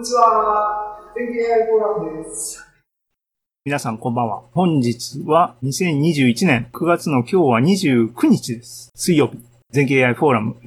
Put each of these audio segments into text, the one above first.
にちは。全景 AI フォーラムです。 皆さんこんばんは。本日は2021年9月の今日は29日です。水曜日。全景 AI フォーラム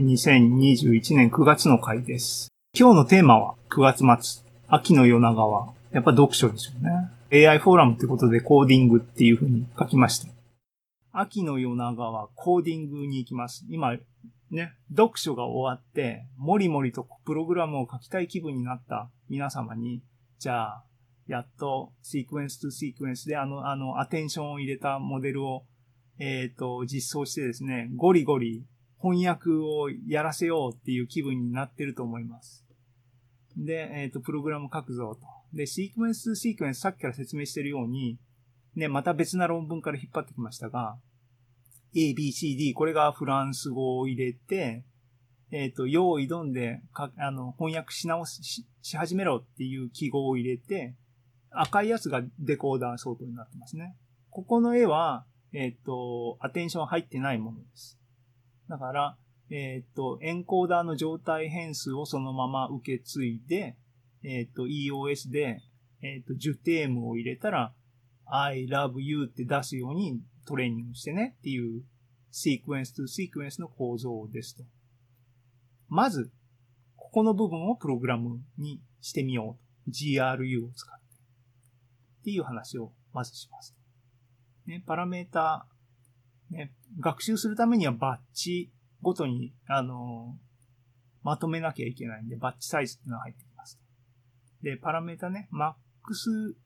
2021年9月の回です。今日のテーマは9月末。秋の夜長はやっぱ読書でしょうね。AI フォーラムってことでコーディングっていう風に書きました。秋の夜長はコーディングに行きます。今ね、読書が終わって、もりもりとプログラムを書きたい気分になった皆様に、じゃあ、やっとシークエンスとシークエンスでアテンションを入れたモデルを、実装してですね、ゴリゴリ翻訳をやらせようっていう気分になってると思います。で、プログラム書くぞと。で、シークエンスとシークエンスさっきから説明しているように、ね、また別な論文から引っ張ってきましたが、A, B, C, D、これがフランス語を入れて、用意どんで翻訳し始めろっていう記号を入れて、赤いやつがデコーダー相当になってますね。ここの絵は、アテンション入ってないものです。だから、エンコーダーの状態変数をそのまま受け継いで、EOS で、ジュテームを入れたら、I love you って出すようにトレーニングしてねっていうシークエンスとシークエンスの構造ですと。まず、ここの部分をプログラムにしてみようと。GRU を使って。っていう話をまずします。ね、パラメータ、ね、学習するためにはバッチごとに、まとめなきゃいけないんで、バッチサイズっていうのが入ってきます。で、パラメータね、max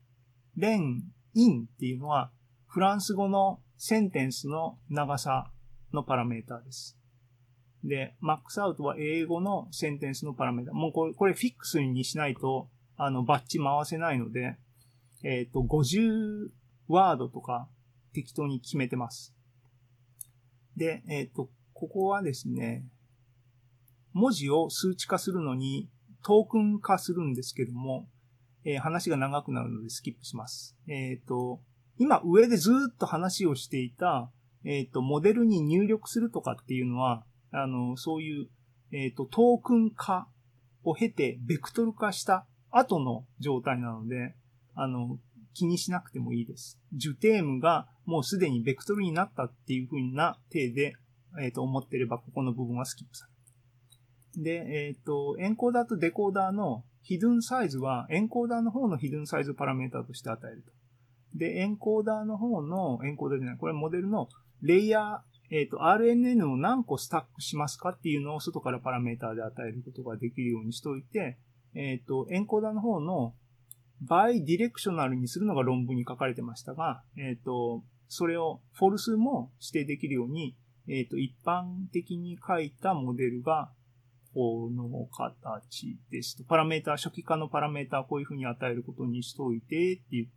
len in っていうのは、フランス語のセンテンスの長さのパラメータです。で、max out は英語のセンテンスのパラメータ。もうこれフィックスにしないと、バッチ回せないので、50ワードとか適当に決めてます。で、ここはですね、文字を数値化するのにトークン化するんですけども、話が長くなるのでスキップします。今上でずっと話をしていた、モデルに入力するとかっていうのは、そういう、トークン化を経てベクトル化した後の状態なので、気にしなくてもいいです。ジュテームがもうすでにベクトルになったっていう風な体で、思っていれば、ここの部分はスキップされる。で、エンコーダーとデコーダーのヒドゥンサイズは、エンコーダーの方のヒドゥンサイズパラメータとして与えると。で、エンコーダーの方の、エンコーダーじゃない、これモデルのレイヤー、RNN を何個スタックしますかっていうのを外からパラメータで与えることができるようにしておいて、エンコーダーの方のバイディレクショナルにするのが論文に書かれてましたが、それをフォルスも指定できるように、一般的に書いたモデルが、この形ですと。パラメータ、初期化のパラメータ、こういうふうに与えることにしておいて、って言って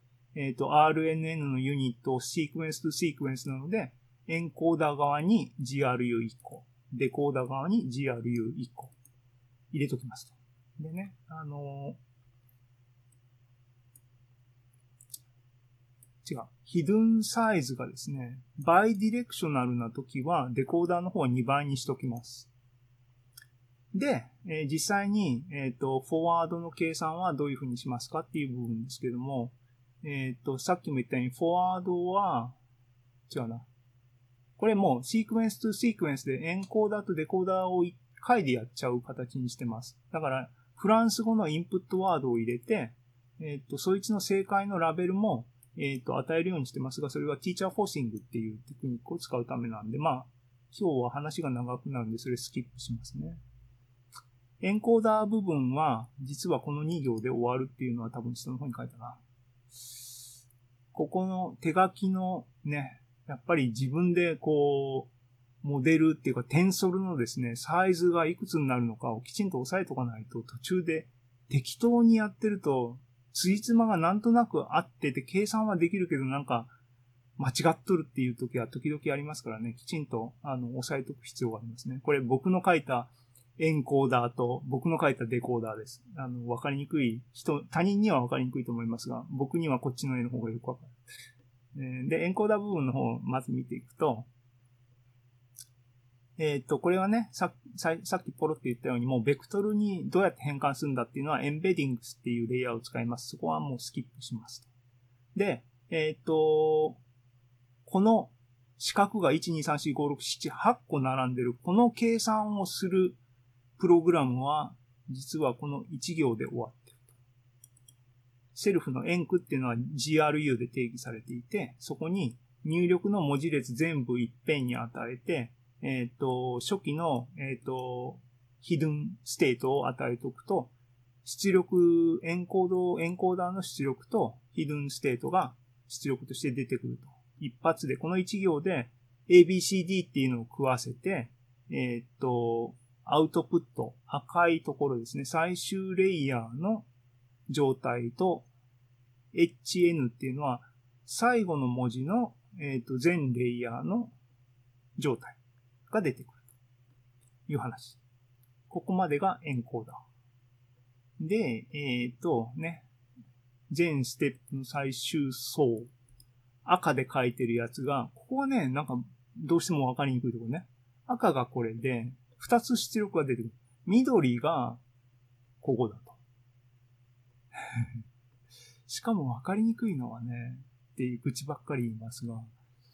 、RNN のユニットをシークエンスとシークエンスなので、エンコーダー側に GRU1 個、デコーダー側に GRU1 個入れときますと。でね、違う。ヒドゥンサイズがですね、バイディレクショナルな時は、デコーダーの方は2倍にしときます。で、実際に、フォワードの計算はどういうふうにしますかっていう部分ですけども、さっきも言ったように、フォワードは、違うな。これもうシークエンスとシークエンスでエンコーダーとデコーダーを1回でやっちゃう形にしてます。だから、フランス語のインプットワードを入れて、そいつの正解のラベルも、与えるようにしてますが、それはティーチャーフォーシングっていうテクニックを使うためなんで、まあ、今日は話が長くなるんで、それスキップしますね。エンコーダー部分は、実はこの2行で終わるっていうのは多分下の方に書いたな。ここの手書きのね、やっぱり自分でこう、モデルっていうかテンソルのですね、サイズがいくつになるのかをきちんと押さえとかないと、途中で適当にやってると、ついつまがなんとなくあってて、計算はできるけどなんか間違っとるっていう時は時々ありますからね、きちんと押さえとく必要がありますね。これ僕の書いたエンコーダーと僕の書いたデコーダーです。わかりにくい他人にはわかりにくいと思いますが、僕にはこっちの絵の方がよくわかる。で、エンコーダー部分の方をまず見ていくと、 これはね、さっきポロって言ったように、もうベクトルにどうやって変換するんだっていうのは、エンベディングスっていうレイヤーを使います。そこはもうスキップしますと。で、この四角が1、2、3、4、5、6、7、8個並んでる、この計算をするプログラムは、実はこの1行で終わってると。セルフのエンクっていうのは GRU で定義されていて、そこに入力の文字列全部いっぺんに与えて、初期の、ヒドゥンステートを与えておくと、出力、エンコーダーの出力とヒドゥンステートが出力として出てくると。一発で、この一行で ABCD っていうのを食わせて、アウトプット、赤いところですね。最終レイヤーの状態と HN っていうのは最後の文字の、全レイヤーの状態が出てくるという話。ここまでがエンコーダー。で、全ステップの最終層。赤で書いてるやつが、ここはね、なんかどうしてもわかりにくいところね。赤がこれで、二つ出力が出てくる。緑がここだと。しかもわかりにくいのはね、っていう口ばっかり言いますが、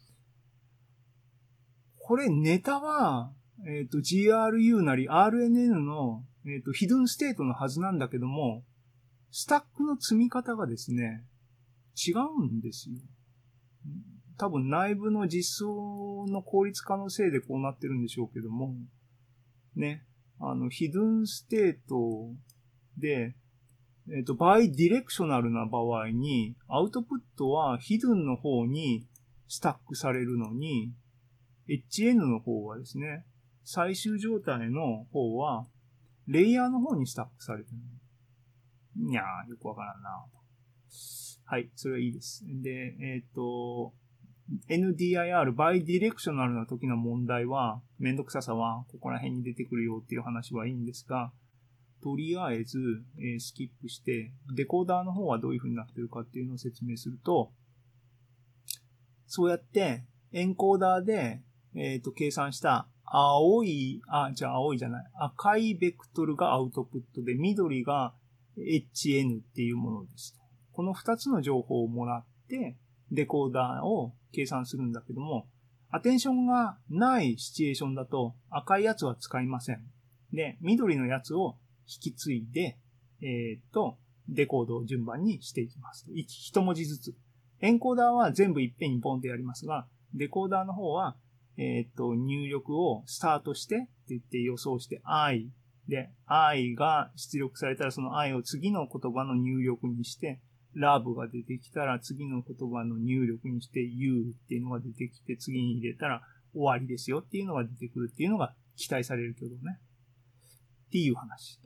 これネタは、GRU なり RNN の、ヒドゥンステートのはずなんだけども、スタックの積み方がですね、違うんですよ。多分内部の実装の効率化のせいでこうなってるんでしょうけども、ね、ヒドゥンステートで、バイディレクショナルな場合に、アウトプットはヒドゥンの方にスタックされるのに、HN の方はですね、最終状態の方は、レイヤーの方にスタックされてる。いやー、よくわからんな。はい、それはいいです。で、NDIR、バイディレクショナルな時の問題は、めんどくささは、ここら辺に出てくるよっていう話はいいんですが、とりあえず、スキップして、デコーダーの方はどういう風になってるかっていうのを説明すると、そうやって、エンコーダーで、計算した青い赤いベクトルがアウトプットで、緑が HN っていうものです。この二つの情報をもらって、デコーダーを計算するんだけども、アテンションがないシチュエーションだと赤いやつは使いません。で、緑のやつを引き継いで、デコードを順番にしていきます。一文字ずつ。エンコーダーは全部いっぺんにポンってやりますが、デコーダーの方は、入力をスタートしてって言って予想して I で、I が出力されたらその I を次の言葉の入力にして、love が出てきたら次の言葉の入力にして you っていうのが出てきて次に入れたら終わりですよっていうのが出てくるっていうのが期待されるけどね。っていう話。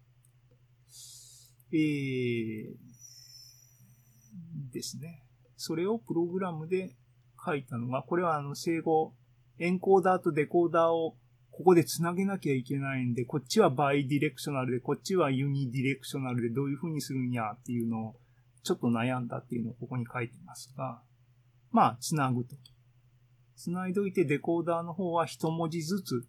ですね。それをプログラムで書いたのが、これは生後、エンコーダーとデコーダーをここで繋げなきゃいけないんで、こっちはバイディレクショナルで、こっちはユニディレクショナルでどういう風にするんやっていうのをちょっと悩んだっていうのをここに書いてますが、まあ、繋ぐと。繋いどいてデコーダーの方は一文字ずつ、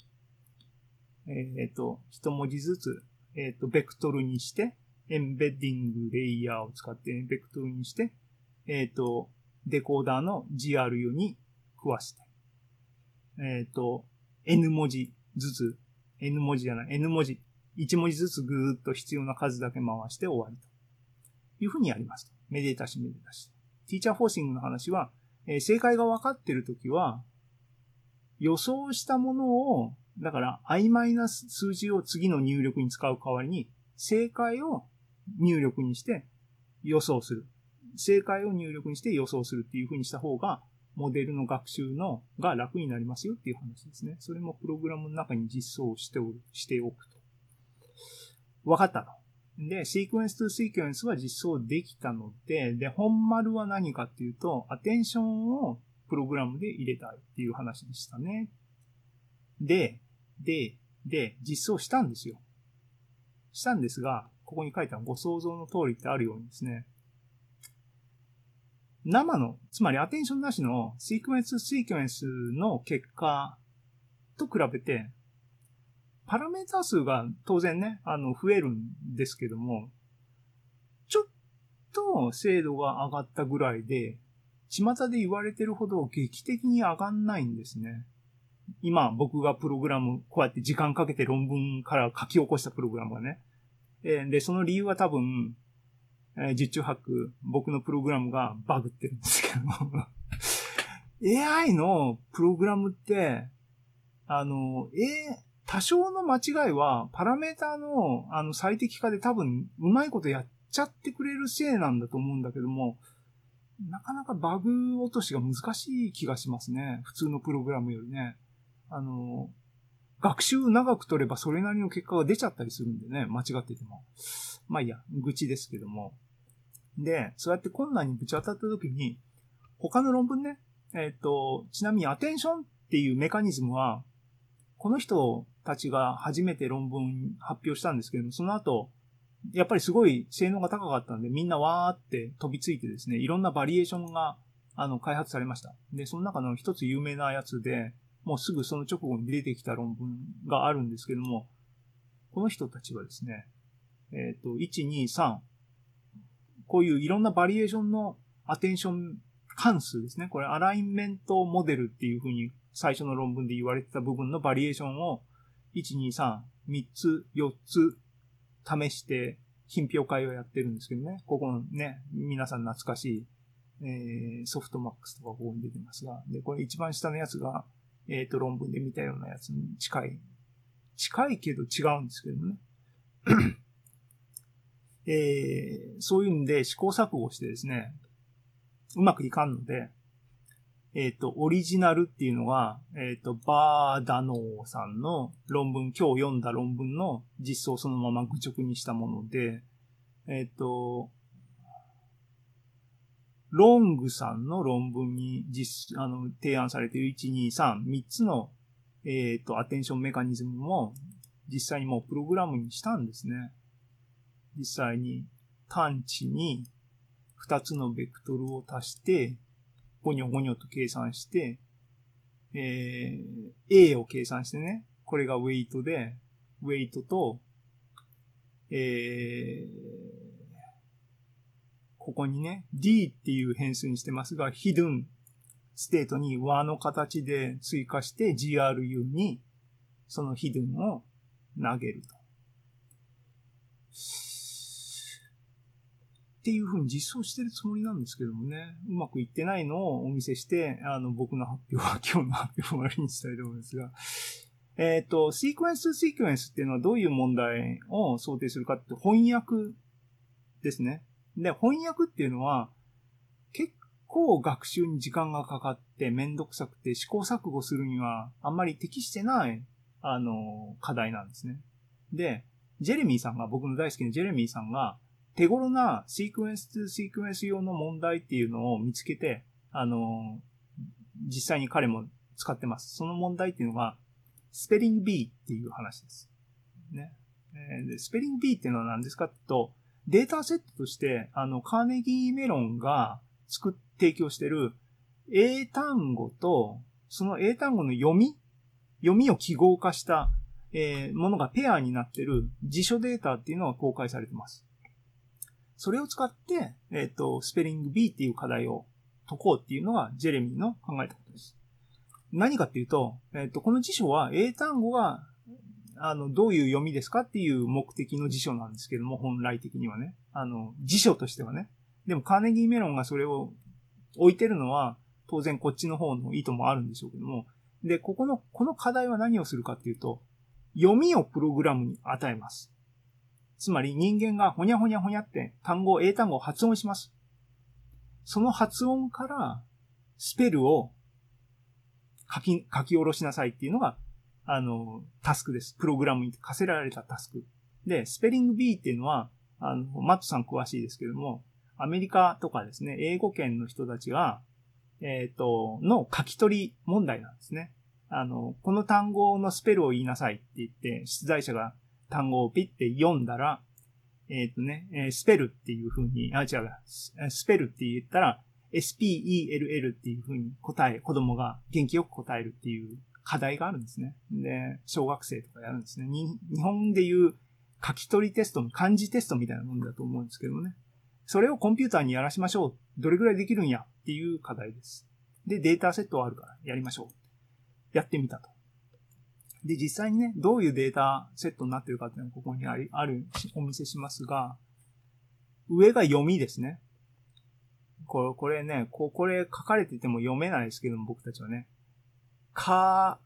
一文字ずつ、ベクトルにして、エンベッディングレイヤーを使ってベクトルにして、デコーダーの GRU に食わして、N 文字ずつ、N 文字、1文字ずつぐーっと必要な数だけ回して終わりというふうにやります。めでたし。ティーチャーフォーシングの話は、正解が分かっているときは、予想したものを、だから曖昧な数字を次の入力に使う代わりに、正解を入力にして予想する。正解を入力にして予想するっていう風にした方が、モデルの学習が楽になりますよっていう話ですね。それもプログラムの中に実装しておくと。わかったと。で、シークエンスとシークエンスは実装できたので、本丸は何かっていうと、アテンションをプログラムで入れたいっていう話でしたね。で、実装したんですよ。したんですが、ここに書いたご想像の通りってあるようにですね、つまりアテンションなしのシークエンスの結果と比べて、パラメータ数が当然ね、増えるんですけども、ちょっと精度が上がったぐらいで、巷で言われてるほど劇的に上がんないんですね。今、僕がプログラム、こうやって時間かけて論文から書き起こしたプログラムがね。で、その理由は多分、十中八九、僕のプログラムがバグってるんですけども。AI のプログラムって、多少の間違いは、パラメータの、最適化で多分、うまいことやっちゃってくれるせいなんだと思うんだけども、なかなかバグ落としが難しい気がしますね。普通のプログラムよりね。学習長く取ればそれなりの結果が出ちゃったりするんでね、間違ってても。まあいいや、愚痴ですけども。で、そうやって困難にぶち当たった時に、他の論文ね、ちなみにアテンションっていうメカニズムは、この人たちが初めて論文発表したんですけども、その後、やっぱりすごい性能が高かったんで、みんなわーって飛びついてですね、いろんなバリエーションが、開発されました。で、その中の一つ有名なやつで、もうすぐその直後に出てきた論文があるんですけども、この人たちはですね、1、2、3、こういういろんなバリエーションのアテンション関数ですね。これアラインメントモデルっていう風に最初の論文で言われてた部分のバリエーションを1、2、3、3つ、4つ試して品評会をやってるんですけどね。ここのね、皆さん懐かしい、ソフトマックスとかここに出てますが。で、これ一番下のやつが、論文で見たようなやつに近いけど違うんですけどね。そういうんで試行錯誤してですね、うまくいかんので、オリジナルっていうのが、バーダノーさんの論文、今日読んだ論文の実装をそのまま愚直にしたもので、ロングさんの論文に提案されている1、2、3、3つの、アテンションメカニズムも実際にもうプログラムにしたんですね。実際に単値に2つのベクトルを足して、ゴニョゴニョと計算して、A を計算してね、これがウェイトで、ウェイトと、ここにね、D っていう変数にしてますが、ヒドゥンステートに和の形で追加して GRU にそのヒドゥンを投げると。っていう風に実装してるつもりなんですけどもね、うまくいってないのをお見せして、僕の発表は今日の発表を終わりにしたいと思うんですが、シークエンスシークエンスっていうのはどういう問題を想定するかって翻訳ですね。で、翻訳っていうのは結構学習に時間がかかってめんどくさくて試行錯誤するにはあんまり適してない、課題なんですね。で、ジェレミーさんが、僕の大好きなジェレミーさんが手頃なシークエンスシークエンス用の問題っていうのを見つけて、実際に彼も使ってます。その問題っていうのが、スペリング B っていう話です。ね。でスペリング B っていうのは何ですかってと、データセットとして、カーネギーメロンが提供してる英単語と、その英単語の読みを記号化した、ものがペアになってる辞書データっていうのが公開されてます。それを使って、スペリング B っていう課題を解こうっていうのがジェレミーの考えたことです。何かっていうと、この辞書は英単語が、どういう読みですかっていう目的の辞書なんですけども、本来的にはね。辞書としてはね。でもカーネギーメロンがそれを置いてるのは、当然こっちの方の意図もあるんでしょうけども。で、この課題は何をするかっていうと、読みをプログラムに与えます。つまり人間がほにゃほにゃほにゃって英単語を発音します。その発音からスペルを書き下ろしなさいっていうのが、タスクです。プログラムに課せられたタスク。で、スペリング B っていうのは、マットさん詳しいですけども、アメリカとかですね、英語圏の人たちが、の書き取り問題なんですね。この単語のスペルを言いなさいって言って、出題者が単語をピッて読んだら、スペルっていう風に、スペルって言ったら、SPELL っていう風に子供が元気よく答えるっていう課題があるんですね。で、小学生とかやるんですね。日本でいう書き取りテストの漢字テストみたいなもんだと思うんですけどもね。それをコンピューターにやらしましょう。どれぐらいできるんやっていう課題です。で、データセットはあるからやりましょう。やってみたと。で、実際にね、どういうデータセットになってるかっていうのはここにあるお見せしますが、上が読みですね。これね、これ書かれてても読めないですけども、僕たちはね。読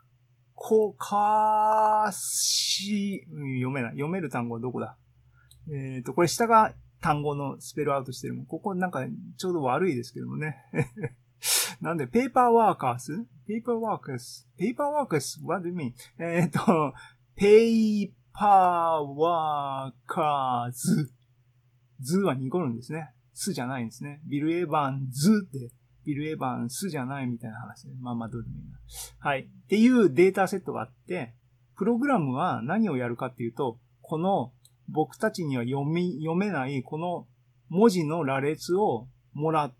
めない。読める単語はどこだ？これ下が単語のスペルアウトしてるもん。ここなんかちょうど悪いですけどもね。なんで、ペーパーワーカーズ what do you mean? ペーパーワーカーズ。ズは濁るんですね。スじゃないんですね。ビル・エヴァンズって、ビル・エヴァンスじゃないみたいな話で。まあどうでもいいな。はい。っていうデータセットがあって、プログラムは何をやるかっていうと、この僕たちには読めないこの文字の羅列をもらって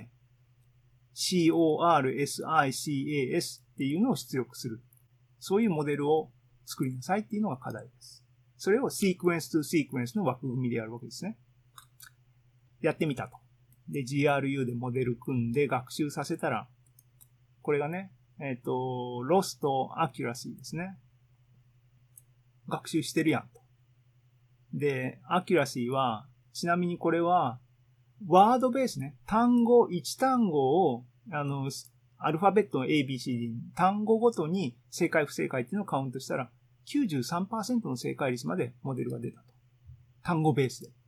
、CORSICAS っていうのを出力する。そういうモデルを作りなさいっていうのが課題です。それをシークエンス2シークエンスの枠組みでやるわけですね。やってみたと。で、GRU でモデル組んで学習させたら、これがね、ロスとアキュラシーですね。学習してるやんと。で、アキュラシーは、ちなみにこれは、ワードベースね。1単語を、アルファベットの ABCD、単語ごとに正解不正解っていうのをカウントしたら、93% の正解率までモデルが出たと。単語ベースで。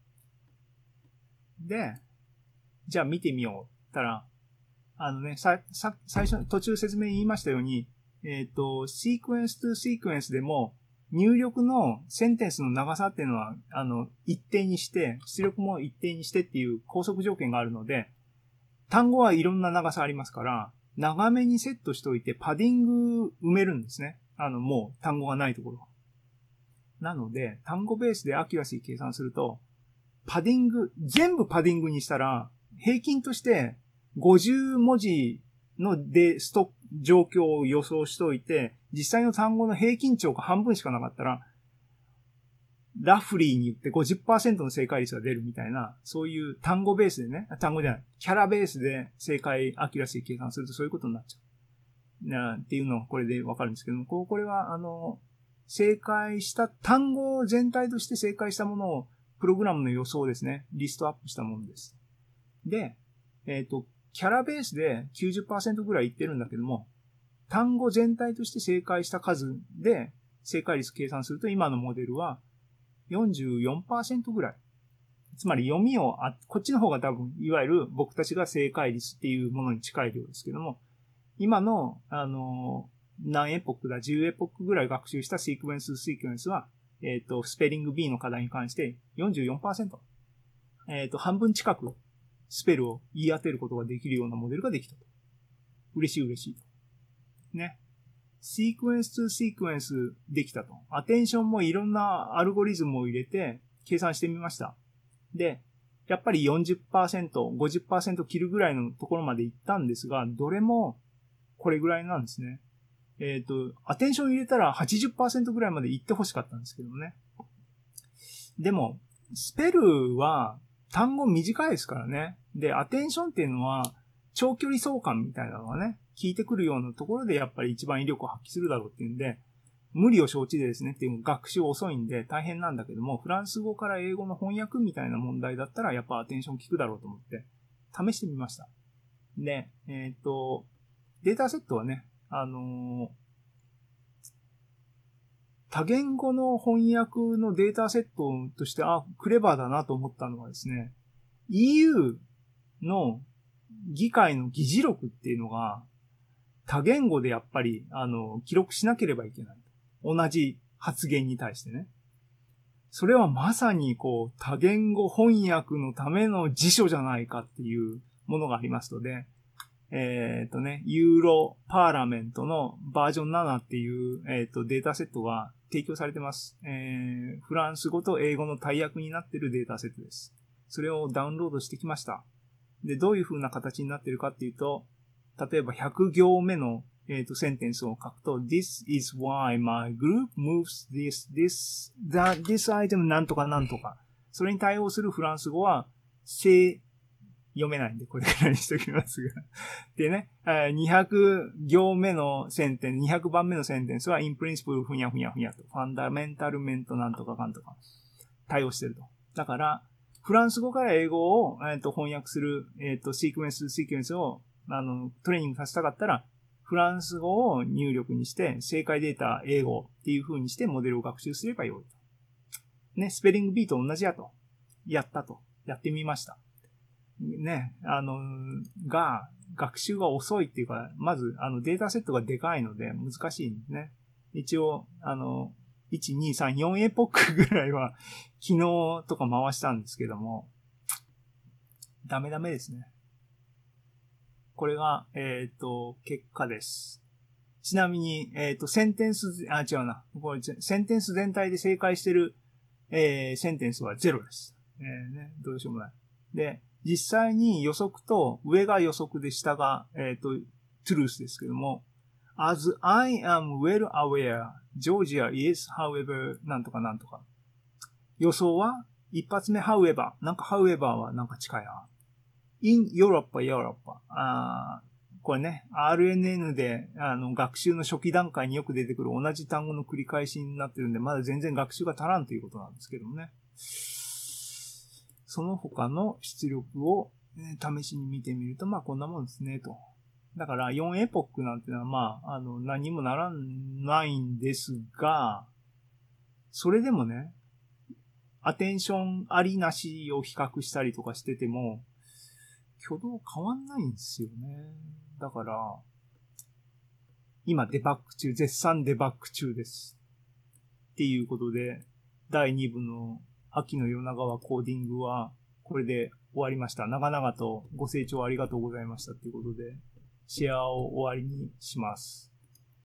で、じゃあ見てみよう。たら、最初、途中説明言いましたように、シークエンス2シークエンスでも、入力のセンテンスの長さっていうのは、一定にして、出力も一定にしてっていう拘束条件があるので、単語はいろんな長さありますから、長めにセットしておいて、パディング埋めるんですね。もう単語がないところは。なので、単語ベースでアキュラシー計算すると、全部パディングにしたら、平均として50文字の状況を予想しておいて、実際の単語の平均値が半分しかなかったら、ラフリーに言って 50% の正解率が出るみたいな、そういう単語ベースでね、単語じゃない、キャラベースで正解、アキュラシー計算するとそういうことになっちゃう。っていうのがこれでわかるんですけども、これは正解した単語全体として正解したものをプログラムの予想ですね。リストアップしたものです。で、キャラベースで 90% ぐらいいってるんだけども、単語全体として正解した数で正解率計算すると今のモデルは 44% ぐらい。つまり読みを、こっちの方が多分、いわゆる僕たちが正解率っていうものに近い量ですけども、今の、何エポックだ、10エポックぐらい学習したシークエンスは、スペリング B の課題に関して 44%。半分近くスペルを言い当てることができるようなモデルができたと。嬉しいと。ね。シークエンス2シークエンスできたと。アテンションもいろんなアルゴリズムを入れて計算してみました。で、やっぱり 40%、50% 切るぐらいのところまで行ったんですが、どれもこれぐらいなんですね。アテンション入れたら 80% ぐらいまで行ってほしかったんですけどね。でも、スペルは単語短いですからね。で、アテンションっていうのは長距離相関みたいなのがね、効いてくるようなところでやっぱり一番威力を発揮するだろうっていうんで、無理を承知でですねっていう学習遅いんで大変なんだけども、フランス語から英語の翻訳みたいな問題だったらやっぱアテンション効くだろうと思って試してみました。で、データセットはね、多言語の翻訳のデータセットとして、クレバーだなと思ったのはですね、EU の議会の議事録っていうのが、多言語でやっぱり、記録しなければいけない。同じ発言に対してね。それはまさに多言語翻訳のための辞書じゃないかっていうものがありますので、ユーロパーラメントのバージョン7っていう、データセットが提供されてます。フランス語と英語の大訳になっているデータセットです。それをダウンロードしてきました。で、どういう風な形になっているかっていうと、例えば100行目の、 センテンスを書くと、this is why my group moves this item なんとかなんとか。それに対応するフランス語は、読めないんで、これくらいにしときますが。でね、200行目のセンテンス、200番目のセンテンスは、in principle ふにゃふにゃふにゃと、ファンダメンタルメントなんとかかんとか、対応してると。だから、フランス語から英語を、翻訳する、シークエンスを、トレーニングさせたかったら、フランス語を入力にして、正解データ英語っていう風にしてモデルを学習すればよいと。ね、スペリング B と同じやと。やってみました。ね、学習が遅いっていうか、まず、データセットがでかいので難しいんですね。一応、1、2、3、4エポックぐらいは、昨日とか回したんですけども、ダメですね。これが、結果です。ちなみに、センテンス、違うな。これ、センテンス全体で正解してる、センテンスは0です。ね、どうしようもない。で、実際に予測と、上が予測で下が、トゥルースですけども、as I am well aware, Georgia is, however, なんとかなんとか。予想は、一発目 however, なんか however はなんか近いな。in Europe, これね、RNN で、学習の初期段階によく出てくる同じ単語の繰り返しになってるんで、まだ全然学習が足らんということなんですけどもね。その他の出力を、試しに見てみると、まあこんなもんですね、と。だから4エポックなんてのは、まあ、何にもならないんですが、それでもね、アテンションありなしを比較したりとかしてても、挙動変わんないんですよね。だから、今絶賛デバッグ中です。っていうことで、第2部の秋の夜長はコーディングは、これで終わりました。長々とご清聴ありがとうございましたということで、シェアを終わりにします。